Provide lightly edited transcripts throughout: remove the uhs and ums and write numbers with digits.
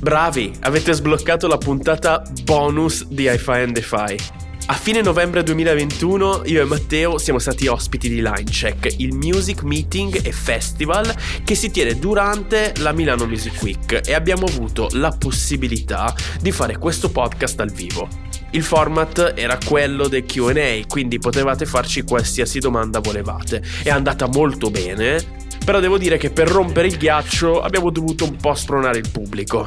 Bravi, avete sbloccato la puntata bonus di Hi-Fi and Defy. A fine novembre 2021 io e Matteo siamo stati ospiti di Linecheck, il music meeting e festival che si tiene durante la Milano Music Week, e abbiamo avuto la possibilità di fare questo podcast dal vivo. Il format era quello del Q&A, quindi potevate farci qualsiasi domanda volevate. È andata molto bene, però devo dire che per rompere il ghiaccio abbiamo dovuto un po' spronare il pubblico.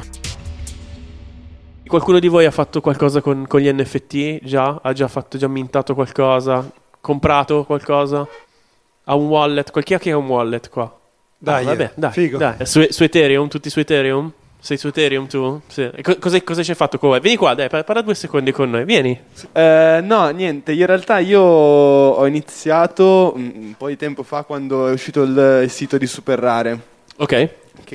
Qualcuno di voi ha fatto qualcosa con gli NFT? Già? Ha già mintato qualcosa? Comprato qualcosa? Ha un wallet? Chi ha un wallet qua? Dai, vabbè, dai, figo. Dai. Su Ethereum? Tutti su Ethereum? Sei su Ethereum tu? Sì. Cosa ci hai fatto con? Vieni qua, dai, parla 2 secondi con noi, vieni. No, niente, in realtà io ho iniziato un po' di tempo fa, quando è uscito il sito di Super Rare. Ok.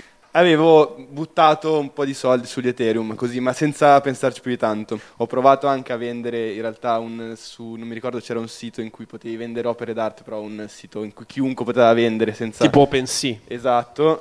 Avevo buttato un po' di soldi sugli Ethereum, così, ma senza pensarci più di tanto. Ho provato anche a vendere, in realtà, non mi ricordo, c'era un sito in cui potevi vendere opere d'arte, però un sito in cui chiunque poteva vendere senza... Tipo OpenSea. Esatto,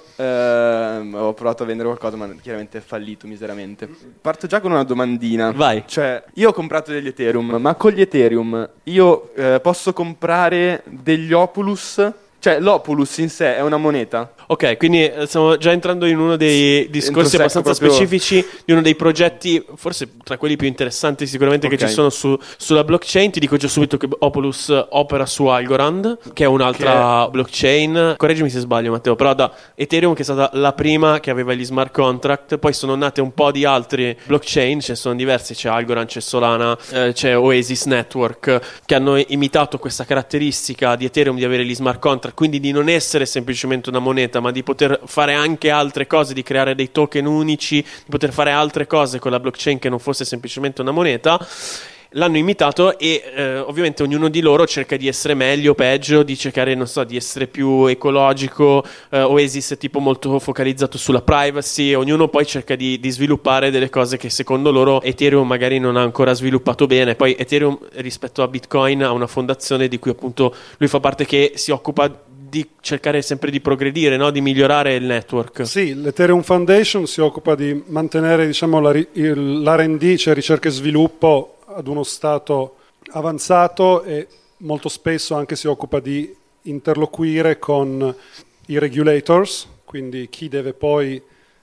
ho provato a vendere qualcosa, ma chiaramente è fallito miseramente. Parto già con una domandina. Vai. Cioè, io ho comprato degli Ethereum, ma con gli Ethereum io posso comprare degli Opulus? Cioè, l'Opulus in sé è una moneta? Ok, quindi stiamo già entrando in uno dei discorsi abbastanza specifici di uno dei progetti, forse tra quelli più interessanti sicuramente, che ci sono sulla blockchain. Ti dico già subito che Opulus opera su Algorand, che è un'altra blockchain. Correggimi se sbaglio, Matteo, però da Ethereum, che è stata la prima che aveva gli smart contract, poi sono nate un po' di altri blockchain, ce ne sono diversi, c'è Algorand, c'è Solana, c'è Oasis Network, che hanno imitato questa caratteristica di Ethereum di avere gli smart contract, quindi di non essere semplicemente una moneta, ma di poter fare anche altre cose, di creare dei token unici, di poter fare altre cose con la blockchain che non fosse semplicemente una moneta. L'hanno imitato e ovviamente ognuno di loro cerca di essere meglio o peggio, di cercare, non so, di essere più ecologico. Oasis è tipo molto focalizzato sulla privacy, ognuno poi cerca di sviluppare delle cose che secondo loro Ethereum magari non ha ancora sviluppato bene. Poi Ethereum, rispetto a Bitcoin, ha una fondazione di cui appunto lui fa parte, che si occupa di cercare sempre di progredire, no? Di migliorare il network. Sì, l'Ethereum Foundation si occupa di mantenere, diciamo, l'R&D, cioè ricerca e sviluppo, ad uno stato avanzato, e molto spesso anche si occupa di interloquire con i regulators, quindi chi deve poi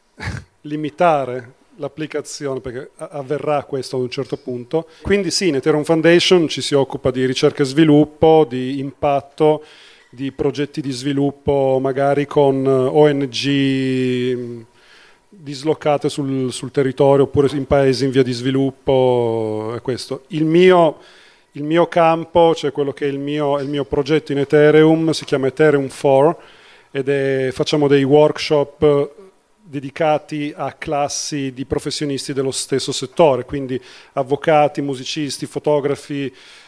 limitare l'applicazione, perché avverrà questo ad un certo punto. Quindi sì, in Ethereum Foundation ci si occupa di ricerca e sviluppo, di impatto, di progetti di sviluppo magari con ONG dislocate sul territorio oppure in paesi in via di sviluppo. È questo. Il mio campo, cioè quello che è il mio progetto in Ethereum, si chiama Ethereum 4 facciamo dei workshop dedicati a classi di professionisti dello stesso settore, quindi avvocati, musicisti, fotografi,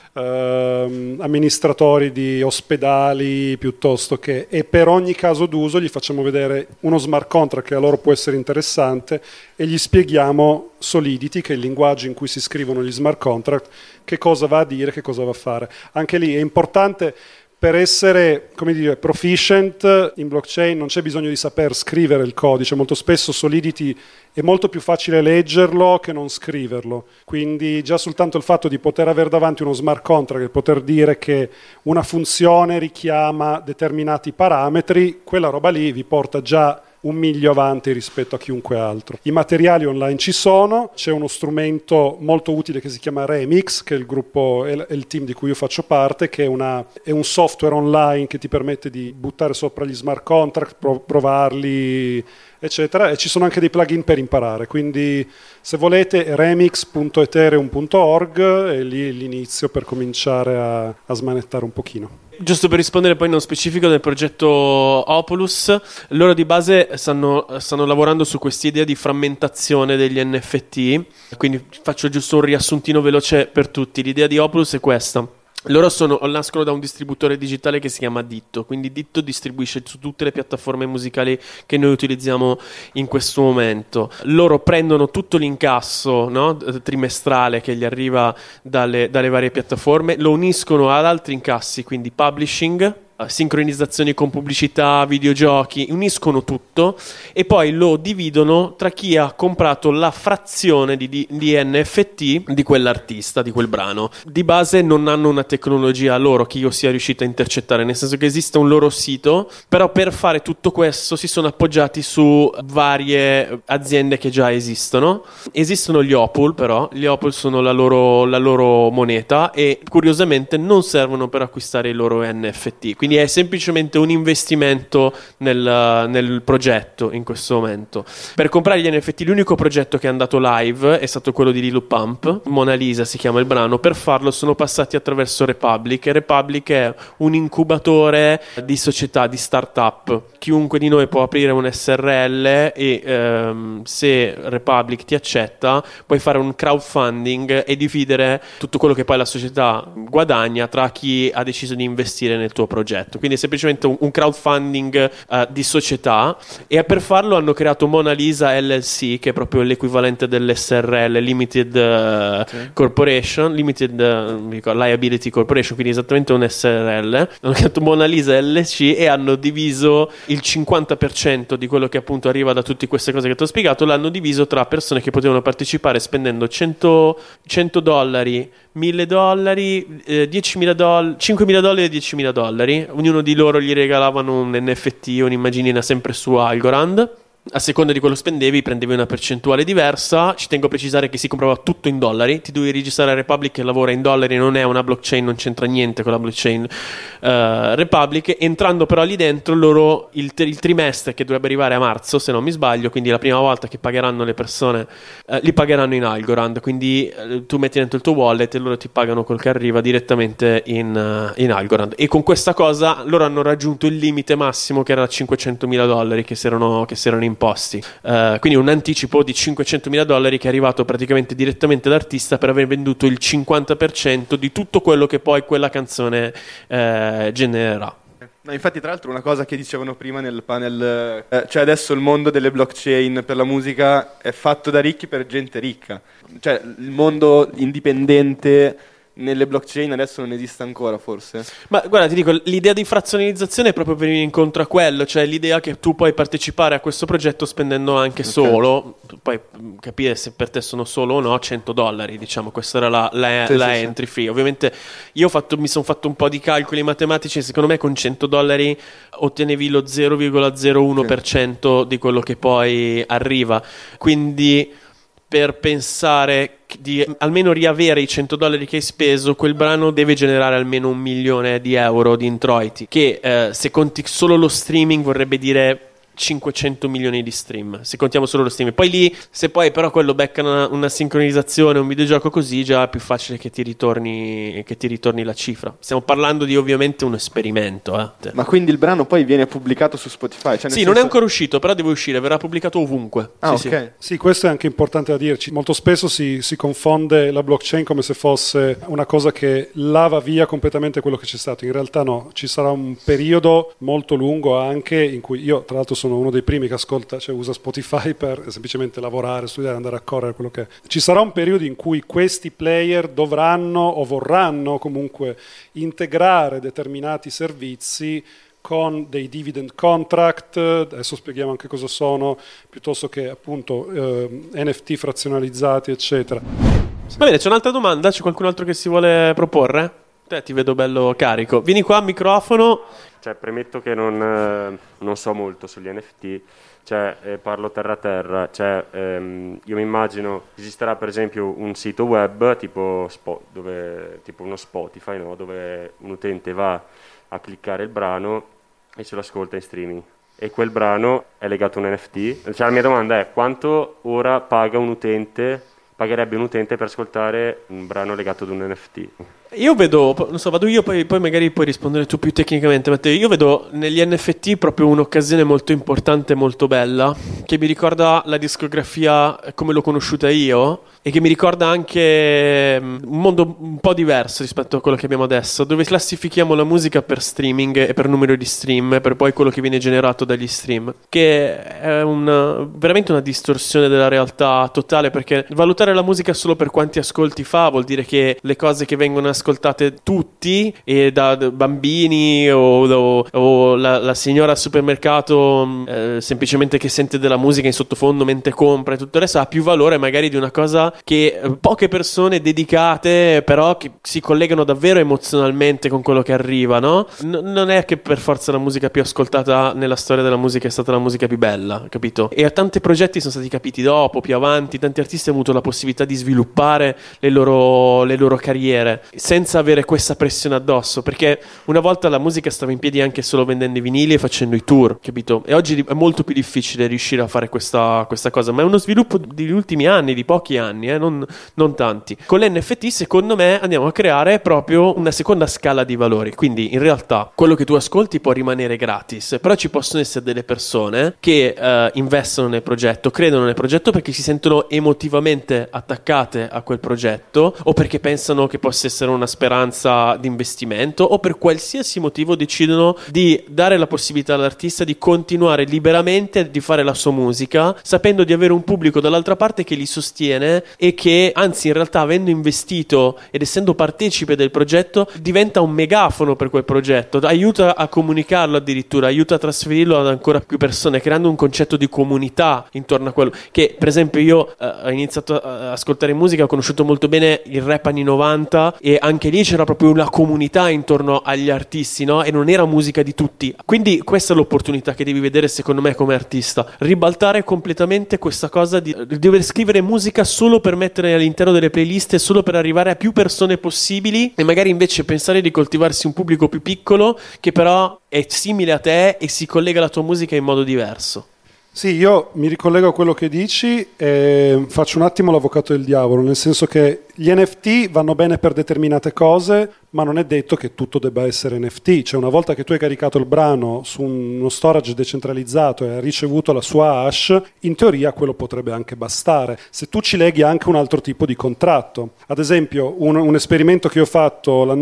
amministratori di ospedali, piuttosto che, e per ogni caso d'uso gli facciamo vedere uno smart contract che a loro può essere interessante e gli spieghiamo Solidity, che è il linguaggio in cui si scrivono gli smart contract, che cosa va a dire, che cosa va a fare. Anche lì è importante, per essere, come dire, proficient in blockchain non c'è bisogno di saper scrivere il codice. Molto spesso Solidity è molto più facile leggerlo che non scriverlo, quindi già soltanto il fatto di poter avere davanti uno smart contract e poter dire che una funzione richiama determinati parametri, quella roba lì vi porta già un miglio avanti rispetto a chiunque altro. I materiali online ci sono, c'è uno strumento molto utile che si chiama Remix, che è il gruppo e il team di cui io faccio parte, che è un software online che ti permette di buttare sopra gli smart contract, provarli, eccetera, e ci sono anche dei plugin per imparare, quindi se volete remix.ethereum.org è lì l'inizio per cominciare a smanettare un pochino. Giusto per rispondere poi nello specifico del progetto Opulus, loro di base stanno lavorando su quest'idea di frammentazione degli NFT, quindi faccio giusto un riassuntino veloce per tutti. L'idea di Opulus è questa: loro nascono da un distributore digitale che si chiama Ditto, quindi Ditto distribuisce su tutte le piattaforme musicali che noi utilizziamo in questo momento. Loro prendono tutto l'incasso, no, trimestrale che gli arriva dalle varie piattaforme, lo uniscono ad altri incassi, quindi publishing, sincronizzazioni con pubblicità, videogiochi, uniscono tutto e poi lo dividono tra chi ha comprato la frazione di NFT di quell'artista, di quel brano. Di base non hanno una tecnologia loro che io sia riuscito a intercettare, nel senso che esiste un loro sito, però per fare tutto questo si sono appoggiati su varie aziende che già esistono. Esistono gli Opal, però gli Opal sono la loro moneta e curiosamente non servono per acquistare i loro NFT, quindi è semplicemente un investimento nel progetto in questo momento. Per comprare gli NFT l'unico progetto che è andato live è stato quello di Lil Pump, Mona Lisa si chiama il brano. Per farlo sono passati attraverso Republic, e Republic è un incubatore di società, di start-up. Chiunque di noi può aprire un SRL e se Republic ti accetta puoi fare un crowdfunding e dividere tutto quello che poi la società guadagna tra chi ha deciso di investire nel tuo progetto. Quindi è semplicemente un crowdfunding di società, e per farlo hanno creato Mona Lisa LLC, che è proprio l'equivalente dell'SRL, Limited Corporation, Limited Liability Corporation, quindi esattamente un SRL. Hanno creato Mona Lisa LLC e hanno diviso il 50% di quello che appunto arriva da tutte queste cose che ti ho spiegato, l'hanno diviso tra persone che potevano partecipare spendendo $100, $1.000, $1.000, $10.000, $5.000 e $10.000. Ognuno di loro gli regalavano un NFT, un'immaginina sempre su Algorand. A seconda di quello spendevi prendevi una percentuale diversa. Ci tengo a precisare che si comprava tutto in dollari, ti dovevi registrare a Republic che lavora in dollari, non è una blockchain, non c'entra niente con la blockchain Republic. Entrando però lì dentro loro il trimestre, che dovrebbe arrivare a marzo se non mi sbaglio, quindi la prima volta che pagheranno le persone li pagheranno in Algorand, quindi tu metti dentro il tuo wallet e loro ti pagano quel che arriva direttamente in Algorand. E con questa cosa loro hanno raggiunto il limite massimo, che era $500.000 che si erano imposti, quindi un anticipo di $500.000 che è arrivato praticamente direttamente all'artista per aver venduto il 50% di tutto quello che poi quella canzone genererà. No, infatti, tra l'altro, una cosa che dicevano prima nel panel, cioè adesso il mondo delle blockchain per la musica è fatto da ricchi per gente ricca, cioè il mondo indipendente nelle blockchain adesso non esiste ancora, forse. Ma guarda, ti dico, l'idea di frazionalizzazione è proprio per venire incontro a quello, cioè l'idea che tu puoi partecipare a questo progetto spendendo anche solo, poi capire se per te sono solo o no, $100, diciamo, questa era la entry fee. Ovviamente io mi sono fatto un po' di calcoli matematici e secondo me con $100 ottenevi lo 0,01% di quello che poi arriva, quindi per pensare di almeno riavere i $100 che hai speso, quel brano deve generare almeno €1 milione di introiti, che se conti solo lo streaming vorrebbe dire 500 milioni di stream, se contiamo solo lo stream. Poi lì, se poi però quello becca una sincronizzazione, un videogioco così, già è più facile che ti ritorni la cifra. Stiamo parlando di ovviamente un esperimento. Ma quindi il brano poi viene pubblicato su Spotify? Cioè, sì, non è ancora uscito, però deve uscire, verrà pubblicato ovunque. Sì, questo è anche importante da dirci. Molto spesso si confonde la blockchain come se fosse una cosa che lava via completamente quello che c'è stato. In realtà no, ci sarà un periodo molto lungo anche in cui io, tra l'altro, sono uno dei primi che ascolta, cioè usa Spotify per semplicemente lavorare, studiare, andare a correre, quello che è. Ci sarà un periodo in cui questi player dovranno o vorranno comunque integrare determinati servizi con dei dividend contract, adesso spieghiamo anche cosa sono, piuttosto che appunto NFT frazionalizzati, eccetera. Va bene, c'è un'altra domanda, c'è qualcun altro che si vuole proporre? Ti vedo bello carico. Vieni qua, microfono. Premetto che non so molto sugli NFT, parlo terra, io mi immagino esisterà per esempio un sito web tipo uno Spotify, no? Dove un utente va a cliccare il brano e se lo ascolta in streaming, e quel brano è legato a un NFT. La mia domanda è: quanto ora pagherebbe un utente per ascoltare un brano legato ad un NFT? Io vedo, non so, vado io, poi magari puoi rispondere tu più tecnicamente, Matteo. Io vedo negli NFT proprio un'occasione molto importante, molto bella, che mi ricorda la discografia come l'ho conosciuta io, e che mi ricorda anche un mondo un po' diverso rispetto a quello che abbiamo adesso, dove classifichiamo la musica per streaming e per numero di stream, per poi quello che viene generato dagli stream, che è veramente una distorsione della realtà totale, perché valutare la musica solo per quanti ascolti fa vuol dire che le cose che vengono ascoltate ascoltate tutti, e da bambini o la signora al supermercato semplicemente che sente della musica in sottofondo mentre compra e tutto il resto, ha più valore magari di una cosa che poche persone dedicate però che si collegano davvero emozionalmente con quello che arriva, no? Non è che per forza la musica più ascoltata nella storia della musica è stata la musica più bella, capito? E tanti progetti sono stati capiti dopo, più avanti, tanti artisti hanno avuto la possibilità di sviluppare le loro carriere senza avere questa pressione addosso, perché una volta la musica stava in piedi anche solo vendendo i vinili e facendo i tour, capito? E oggi è molto più difficile riuscire a fare questa cosa, ma è uno sviluppo degli ultimi anni, di pochi anni, non tanti. Con l'NFT secondo me andiamo a creare proprio una seconda scala di valori, quindi in realtà quello che tu ascolti può rimanere gratis, però ci possono essere delle persone che investono nel progetto, credono nel progetto perché si sentono emotivamente attaccate a quel progetto, o perché pensano che possa essere una speranza di investimento, o per qualsiasi motivo decidono di dare la possibilità all'artista di continuare liberamente di fare la sua musica, sapendo di avere un pubblico dall'altra parte che li sostiene e che, anzi, in realtà avendo investito ed essendo partecipe del progetto, diventa un megafono per quel progetto, aiuta a comunicarlo, addirittura aiuta a trasferirlo ad ancora più persone, creando un concetto di comunità intorno a quello che, per esempio, io ho iniziato a ascoltare musica, ho conosciuto molto bene il rap anni 90 e anche lì c'era proprio una comunità intorno agli artisti, no? E non era musica di tutti, quindi questa è l'opportunità che devi vedere secondo me come artista, ribaltare completamente questa cosa di dover scrivere musica solo per mettere all'interno delle playlist e solo per arrivare a più persone possibili, e magari invece pensare di coltivarsi un pubblico più piccolo che però è simile a te e si collega alla tua musica in modo diverso. Sì, io mi ricollego a quello che dici e faccio un attimo l'avvocato del diavolo, nel senso che gli NFT vanno bene per determinate cose, ma non è detto che tutto debba essere NFT. Cioè, una volta che tu hai caricato il brano su uno storage decentralizzato e hai ricevuto la sua hash, in teoria quello potrebbe anche bastare, se tu ci leghi anche un altro tipo di contratto. Ad esempio, un esperimento che ho fatto un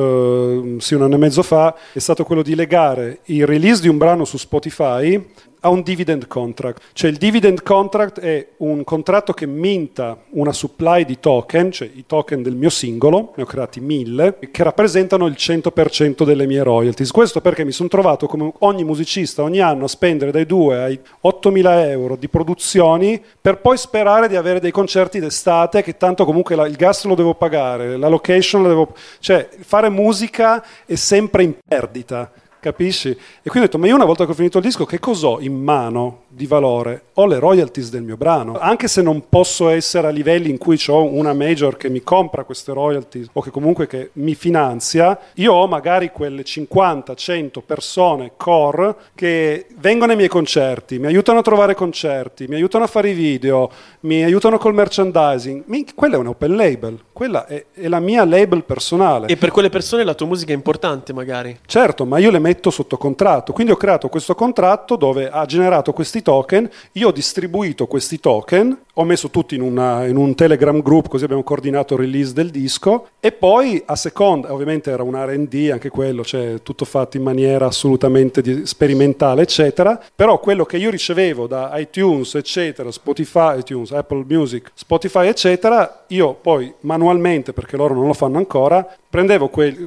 anno e mezzo fa è stato quello di legare il release di un brano su Spotify a un dividend contract. Cioè il dividend contract è un contratto che minta una supply di token, cioè i token del mio singolo, ne ho creati 1000, che rappresentano il 100% delle mie royalties. Questo perché mi sono trovato, come ogni musicista, ogni anno a spendere dai 2 ai 8.000 euro di produzioni per poi sperare di avere dei concerti d'estate, che tanto comunque il gas lo devo pagare, la location la devo... Cioè fare musica è sempre in perdita. Capisci? E quindi ho detto, ma io una volta che ho finito il disco, che cos'ho in mano di valore? Ho le royalties del mio brano. Anche se non posso essere a livelli in cui ho una major che mi compra queste royalties o che comunque che mi finanzia, io ho magari quelle 50-100 persone core che vengono ai miei concerti, mi aiutano a trovare concerti, mi aiutano a fare i video, mi aiutano col merchandising. Quella è un open label, quella è la mia label personale. E per quelle persone la tua musica è importante magari. Certo, ma io le metto sotto contratto, quindi ho creato questo contratto dove ha generato questi token, io ho distribuito questi token, ho messo tutti in un Telegram group, così abbiamo coordinato il release del disco, e poi a seconda, ovviamente era un R&D anche quello, cioè tutto fatto in maniera assolutamente sperimentale eccetera, però quello che io ricevevo da iTunes eccetera, Spotify, iTunes, Apple Music, Spotify eccetera, io poi manualmente, perché loro non lo fanno ancora, prendevo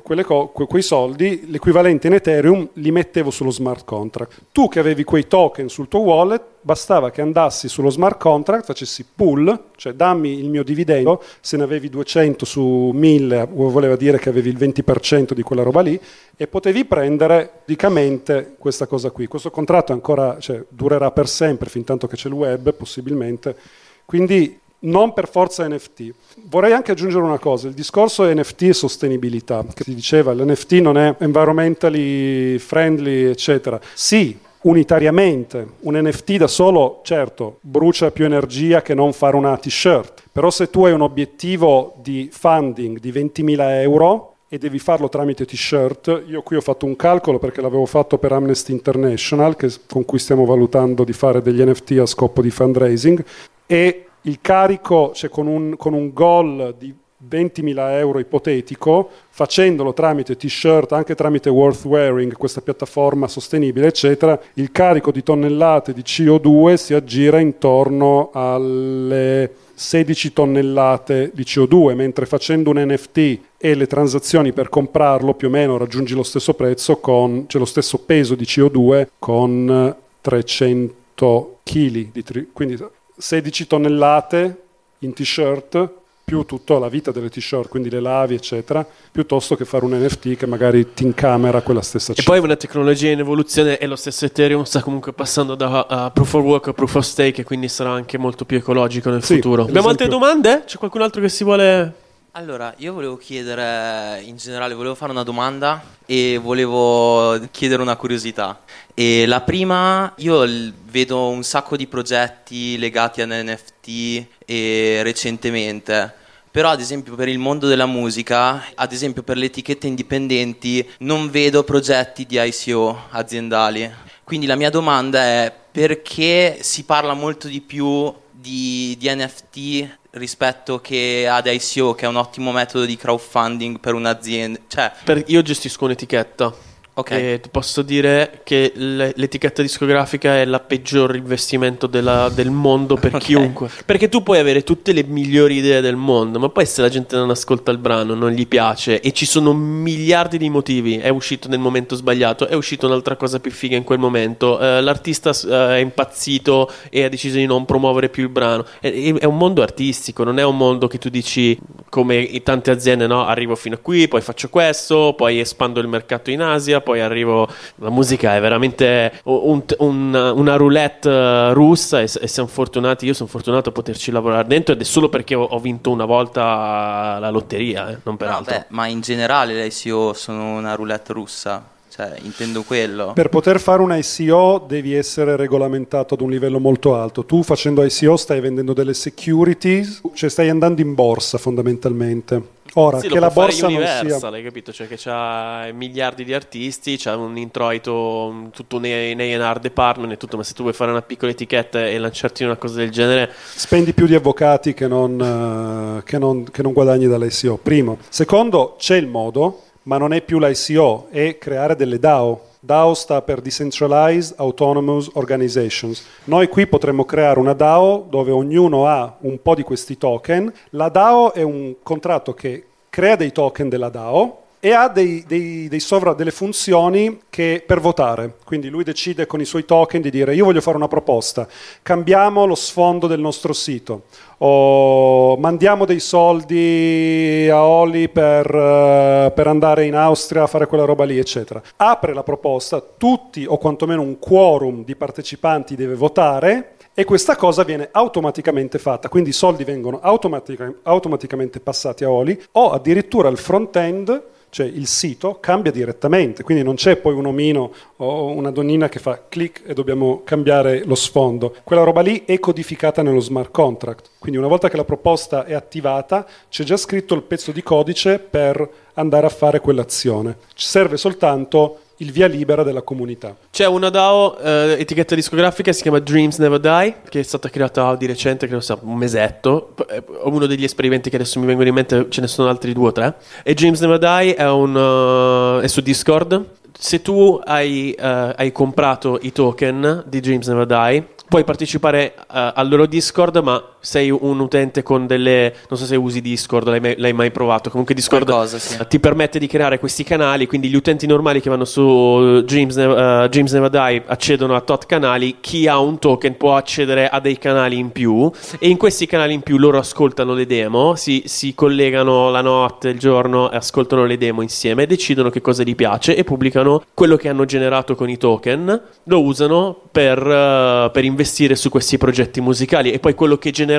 quei soldi, l'equivalente in Ethereum, li mettevo sullo smart contract. Tu che avevi quei token sul tuo wallet, bastava che andassi sullo smart contract, facessi pool, cioè dammi il mio dividendo, se ne avevi 200 su 1000, voleva dire che avevi il 20% di quella roba lì, e potevi prendere praticamente questa cosa qui. Questo contratto ancora, cioè, durerà per sempre, fin tanto che c'è il web, possibilmente. Quindi non per forza NFT. Vorrei anche aggiungere una cosa, il discorso NFT e sostenibilità, che si diceva l'NFT non è environmentally friendly, eccetera. Sì, unitariamente, un NFT da solo, certo, brucia più energia che non fare una t-shirt, però se tu hai un obiettivo di funding di 20.000 euro e devi farlo tramite t-shirt, io qui ho fatto un calcolo perché l'avevo fatto per Amnesty International, con cui stiamo valutando di fare degli NFT a scopo di fundraising, e il carico, cioè con un goal di 20.000 euro ipotetico, facendolo tramite t-shirt, anche tramite Worth Wearing, questa piattaforma sostenibile, eccetera, il carico di tonnellate di CO2 si aggira intorno alle 16 tonnellate di CO2, mentre facendo un NFT e le transazioni per comprarlo più o meno raggiungi lo stesso prezzo cioè lo stesso peso di CO2 con 300 kg, quindi 16 tonnellate in t-shirt più tutta la vita delle t-shirt, quindi le lavi eccetera, piuttosto che fare un NFT che magari ti incamera quella stessa cifra. E poi una tecnologia in evoluzione, e lo stesso Ethereum sta comunque passando da Proof of Work a Proof of Stake, e quindi sarà anche molto più ecologico nel futuro. Abbiamo altre domande? C'è qualcun altro che si vuole... Allora, io volevo chiedere, in generale, volevo fare una domanda e volevo chiedere una curiosità. E la prima, io vedo un sacco di progetti legati a NFT e recentemente, però ad esempio per il mondo della musica, ad esempio per le etichette indipendenti, non vedo progetti di ICO aziendali. Quindi la mia domanda è: perché si parla molto di più di NFT rispetto che ad ICO, che è un ottimo metodo di crowdfunding per un'azienda? Io gestisco un'etichetta. E ti posso dire che l'etichetta discografica è la peggior investimento del mondo per chiunque, perché tu puoi avere tutte le migliori idee del mondo, ma poi se la gente non ascolta il brano, non gli piace, e ci sono miliardi di motivi, è uscito nel momento sbagliato, è uscito un'altra cosa più figa in quel momento, l'artista è impazzito e ha deciso di non promuovere più il brano. È un mondo artistico, non è un mondo che tu dici come in tante aziende, no? Arrivo fino a qui, poi faccio questo, poi espando il mercato in Asia, poi arrivo. La musica è veramente una roulette russa, e siamo fortunati. Io sono fortunato a poterci lavorare dentro, ed è solo perché ho vinto una volta la lotteria, non per altro. Ma in generale le ICO sono una roulette russa, cioè intendo quello. Per poter fare un ICO devi essere regolamentato ad un livello molto alto. Tu facendo ICO stai vendendo delle securities, cioè stai andando in borsa fondamentalmente. Ora, sì, che la borsa non Universal, sia... hai capito? Cioè che c'ha miliardi di artisti, c'ha un introito, tutto un A&R department e tutto, ma se tu vuoi fare una piccola etichetta e lanciarti in una cosa del genere, spendi più di avvocati che non guadagni dall'ICO. Primo. Secondo, c'è il modo, ma non è più l'ICO, è creare delle DAO. DAO sta per Decentralized Autonomous Organizations. Noi qui potremmo creare una DAO dove ognuno ha un po' di questi token. La DAO è un contratto che crea dei token della DAO e ha delle funzioni che per votare. Quindi lui decide con i suoi token di dire: io voglio fare una proposta, cambiamo lo sfondo del nostro sito, o mandiamo dei soldi a Oli per andare in Austria a fare quella roba lì, eccetera. Apre la proposta, tutti o quantomeno un quorum di partecipanti deve votare, e questa cosa viene automaticamente fatta, quindi i soldi vengono automaticamente passati a Oli, o addirittura il front-end, cioè il sito, cambia direttamente, quindi non c'è poi un omino o una donnina che fa clic e dobbiamo cambiare lo sfondo. Quella roba lì è codificata nello smart contract, quindi una volta che la proposta è attivata c'è già scritto il pezzo di codice per andare a fare quell'azione. Ci serve soltanto il via libera della comunità. C'è una DAO, etichetta discografica, si chiama Dreams Never Die, che è stata creata di recente, credo sia un mesetto. Uno degli esperimenti che adesso mi vengono in mente, ce ne sono altri 2 o 3. E Dreams Never Die è su Discord. Se tu hai comprato i token di Dreams Never Die, puoi partecipare al loro Discord, ma sei un utente con delle... non so se usi Discord, l'hai mai provato. Comunque Discord ti permette di creare questi canali, quindi gli utenti normali che vanno su Dreams Never Die accedono a tot canali. Chi ha un token può accedere a dei canali in più, e in questi canali in più loro ascoltano le demo, si collegano la notte, il giorno, e ascoltano le demo insieme, decidono che cosa gli piace e pubblicano quello che hanno generato con i token, lo usano per investire su questi progetti musicali, e poi quello che genererai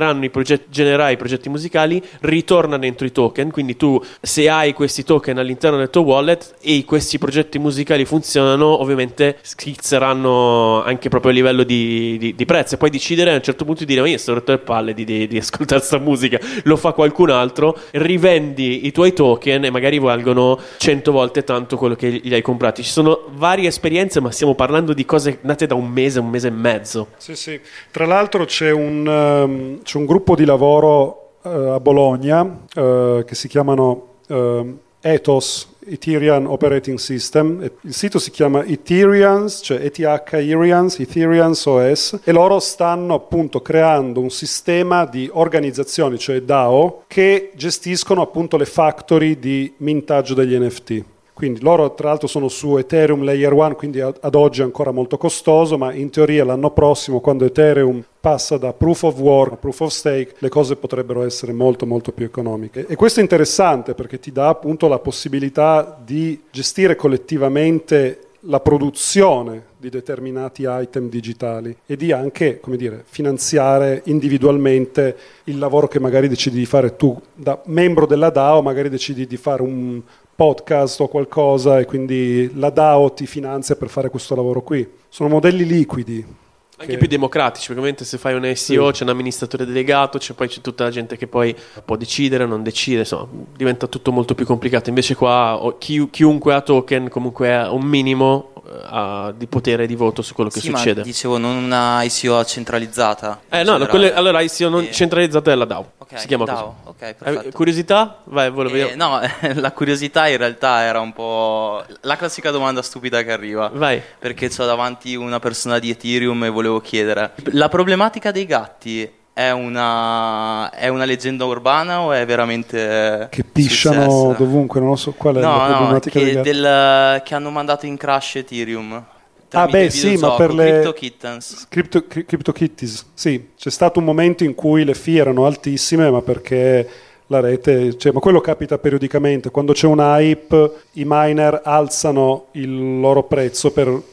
i progetti musicali ritorna dentro i token. Quindi tu, se hai questi token all'interno del tuo wallet e questi progetti musicali funzionano, ovviamente schizzeranno anche proprio a livello di prezzo, e poi decidere a un certo punto di dire: ma io sto rotto le palle di ascoltare sta musica, lo fa qualcun altro, rivendi i tuoi token e magari valgono 100 volte tanto quello che li hai comprati. Ci sono varie esperienze, ma stiamo parlando di cose nate da un mese e mezzo. Sì. Tra l'altro c'è un gruppo di lavoro a Bologna che si chiamano Ethos Ethereum Operating System. Il sito si chiama Ethereans, cioè Ethereans OS, e loro stanno appunto creando un sistema di organizzazioni, cioè DAO, che gestiscono appunto le factory di mintaggio degli NFT. Quindi loro tra l'altro sono su Ethereum Layer 1, quindi ad oggi è ancora molto costoso, ma in teoria l'anno prossimo, quando Ethereum passa da proof of work a proof of stake, le cose potrebbero essere molto molto più economiche. E questo è interessante perché ti dà appunto la possibilità di gestire collettivamente la produzione di determinati item digitali e di anche, come dire, finanziare individualmente il lavoro che magari decidi di fare tu. Da membro della DAO magari decidi di fare un podcast o qualcosa e quindi la DAO ti finanzia per fare questo lavoro qui. Sono modelli liquidi. Anche più democratici, perché ovviamente se fai un ICO c'è un amministratore delegato, poi c'è tutta la gente che poi può decidere o non decide, insomma diventa tutto molto più complicato. Invece qua chiunque ha token comunque ha un minimo di potere di voto su quello che succede. Ma dicevo non una ICO centralizzata. Allora ICO non centralizzata è la DAO. Okay, si chiama DAO. così. Okay, perfetto. Curiosità? Vai, no, la curiosità in realtà era un po' la classica domanda stupida che arriva. Vai. Perché c'ho davanti una persona di Ethereum e volevo chiedere: la problematica dei gatti è una leggenda urbana o è veramente che pisciano successa? Dovunque? Non lo so qual è la problematica dei gatti. Che hanno mandato in crash Ethereum. Ma per le CryptoKitties. sì, c'è stato un momento in cui le fee erano altissime, ma perché la rete, ma quello capita periodicamente, quando c'è un hype i miner alzano il loro prezzo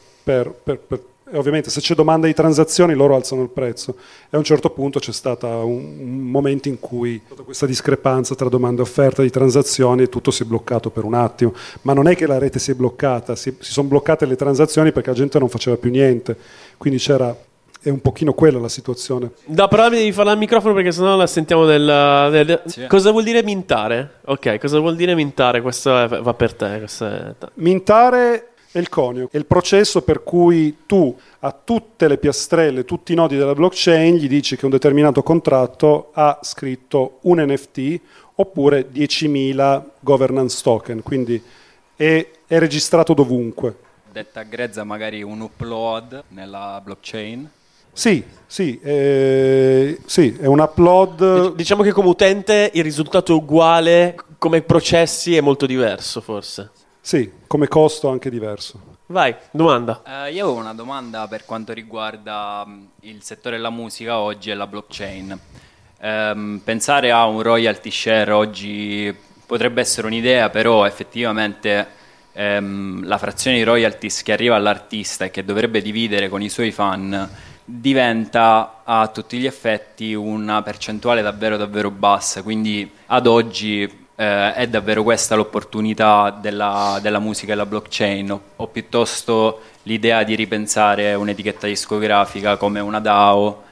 e ovviamente se c'è domanda di transazioni loro alzano il prezzo e a un certo punto c'è stato un momento in cui questa discrepanza tra domanda e offerta di transazioni e tutto si è bloccato per un attimo, ma non è che la rete si è bloccata, si sono bloccate le transazioni perché la gente non faceva più niente, quindi è un pochino quella la situazione. Da però devi farla al microfono perché sennò la sentiamo sì. Cosa vuol dire mintare? Ok, cosa vuol dire mintare? Questo va per te. Mintare è il conio, è il processo per cui tu a tutte le piastrelle, tutti i nodi della blockchain gli dici che un determinato contratto ha scritto un NFT oppure 10.000 governance token, quindi è registrato dovunque. Detta grezza magari un upload nella blockchain? Sì, è un upload. Diciamo che come utente il risultato è uguale, come processi è molto diverso forse. Sì, come costo anche diverso. Vai, domanda. Io avevo una domanda per quanto riguarda il settore della musica oggi e la blockchain. Pensare a un royalty share oggi potrebbe essere un'idea, però effettivamente la frazione di royalties che arriva all'artista e che dovrebbe dividere con i suoi fan diventa a tutti gli effetti una percentuale davvero davvero bassa, quindi ad oggi è davvero questa l'opportunità della musica e la blockchain o piuttosto l'idea di ripensare un'etichetta discografica come una DAO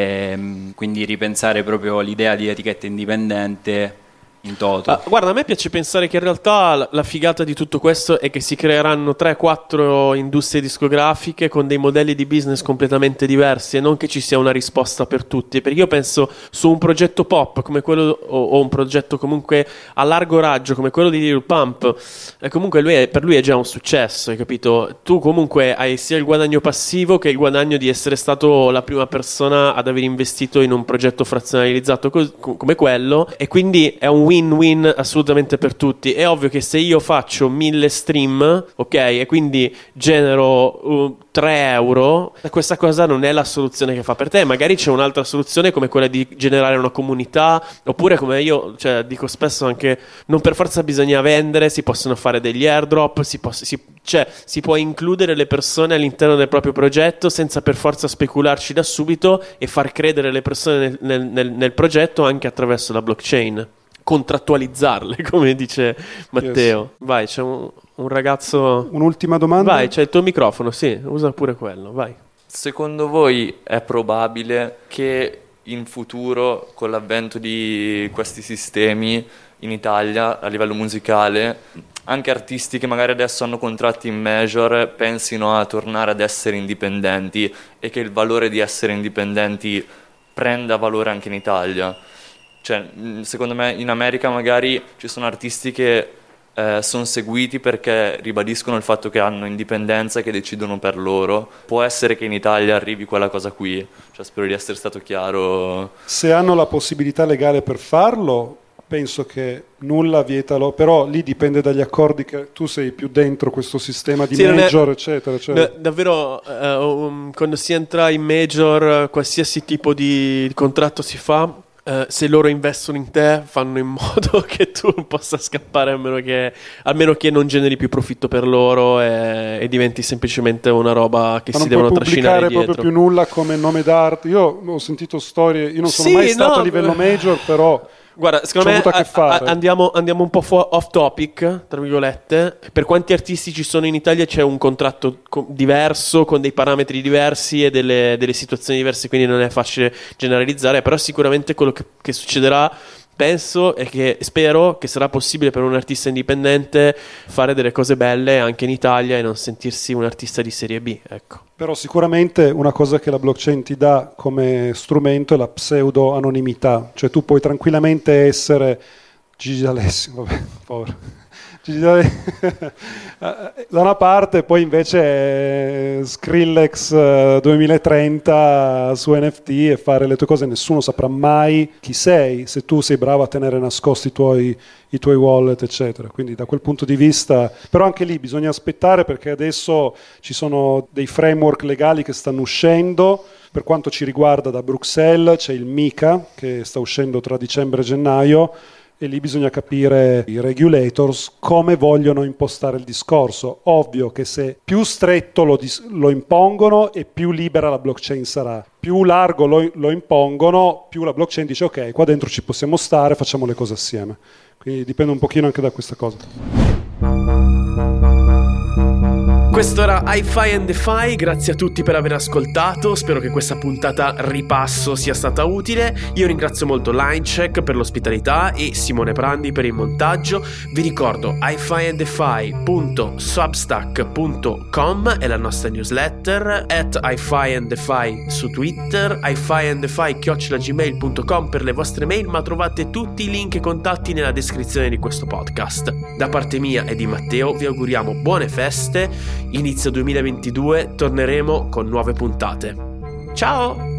e quindi ripensare proprio l'idea di etichetta indipendente in toto. Guarda, a me piace pensare che in realtà la figata di tutto questo è che si creeranno 3-4 industrie discografiche con dei modelli di business completamente diversi e non che ci sia una risposta per tutti, perché io penso su un progetto pop come quello o un progetto comunque a largo raggio come quello di Lil Pump, comunque per lui è già un successo, hai capito? Tu comunque hai sia il guadagno passivo che il guadagno di essere stato la prima persona ad aver investito in un progetto frazionalizzato come quello, e quindi è un win-win assolutamente per tutti. È ovvio che se io faccio 1000 stream, ok, e quindi genero 3 euro, questa cosa non è la soluzione che fa per te. Magari c'è un'altra soluzione come quella di generare una comunità, oppure come io dico spesso anche, non per forza bisogna vendere, si possono fare degli airdrop, si può includere le persone all'interno del proprio progetto senza per forza specularci da subito e far credere le persone nel progetto anche attraverso la blockchain, contrattualizzarle, come dice Matteo. Yes. Vai, c'è un ragazzo. Un'ultima domanda? Vai, c'è il tuo microfono, sì, usa pure quello, vai. Secondo voi è probabile che in futuro, con l'avvento di questi sistemi in Italia a livello musicale, anche artisti che magari adesso hanno contratti in major pensino a tornare ad essere indipendenti e che il valore di essere indipendenti prenda valore anche in Italia? Cioè, secondo me in America magari ci sono artisti che sono seguiti perché ribadiscono il fatto che hanno indipendenza e che decidono per loro. Può essere che in Italia arrivi quella cosa qui, cioè spero di essere stato chiaro. Se hanno la possibilità legale per farlo, penso che nulla vietalo, però lì dipende dagli accordi che tu sei più dentro questo sistema di major, eccetera. Davvero, quando si entra in major, qualsiasi tipo di contratto si fa, se loro investono in te, fanno in modo che tu possa scappare, almeno che non generi più profitto per loro e diventi semplicemente una roba che si devono trascinare dietro. Non puoi pubblicare proprio più nulla come nome d'arte. Io ho sentito storie, io non sono mai stato a livello major, però guarda, secondo me andiamo un po' off topic, tra virgolette. Per quanti artisti ci sono in Italia c'è un contratto diverso, con dei parametri diversi e delle situazioni diverse, quindi non è facile generalizzare, però sicuramente quello che succederà, penso, e che spero che sarà possibile per un artista indipendente fare delle cose belle anche in Italia e non sentirsi un artista di serie B, ecco. Però sicuramente una cosa che la blockchain ti dà come strumento è la pseudo-anonimità, cioè tu puoi tranquillamente essere Gigi D'Alessio, vabbè, povero. Da una parte, poi invece Skrillex 2030 su NFT e fare le tue cose, nessuno saprà mai chi sei se tu sei bravo a tenere nascosti i tuoi wallet, eccetera. Quindi da quel punto di vista, però anche lì bisogna aspettare, perché adesso ci sono dei framework legali che stanno uscendo. Per quanto ci riguarda, da Bruxelles c'è il MiCA che sta uscendo tra dicembre e gennaio, e lì bisogna capire i regulators come vogliono impostare il discorso. Ovvio che se più stretto lo impongono e più libera la blockchain sarà. Più largo lo impongono, più la blockchain dice ok, qua dentro ci possiamo stare, facciamo le cose assieme. Quindi dipende un pochino anche da questa cosa. Questo era Hi-Fi and DeFi, grazie a tutti per aver ascoltato, spero che questa puntata ripasso sia stata utile. Io ringrazio molto Linecheck per l'ospitalità e Simone Prandi per il montaggio. Vi ricordo hifianddefi.substack.com è la nostra newsletter, @hifianddefi su Twitter, hifianddefi@gmail.com per le vostre mail, ma trovate tutti i link e contatti nella descrizione di questo podcast. Da parte mia e di Matteo vi auguriamo buone feste. Inizio 2022 torneremo con nuove puntate. Ciao!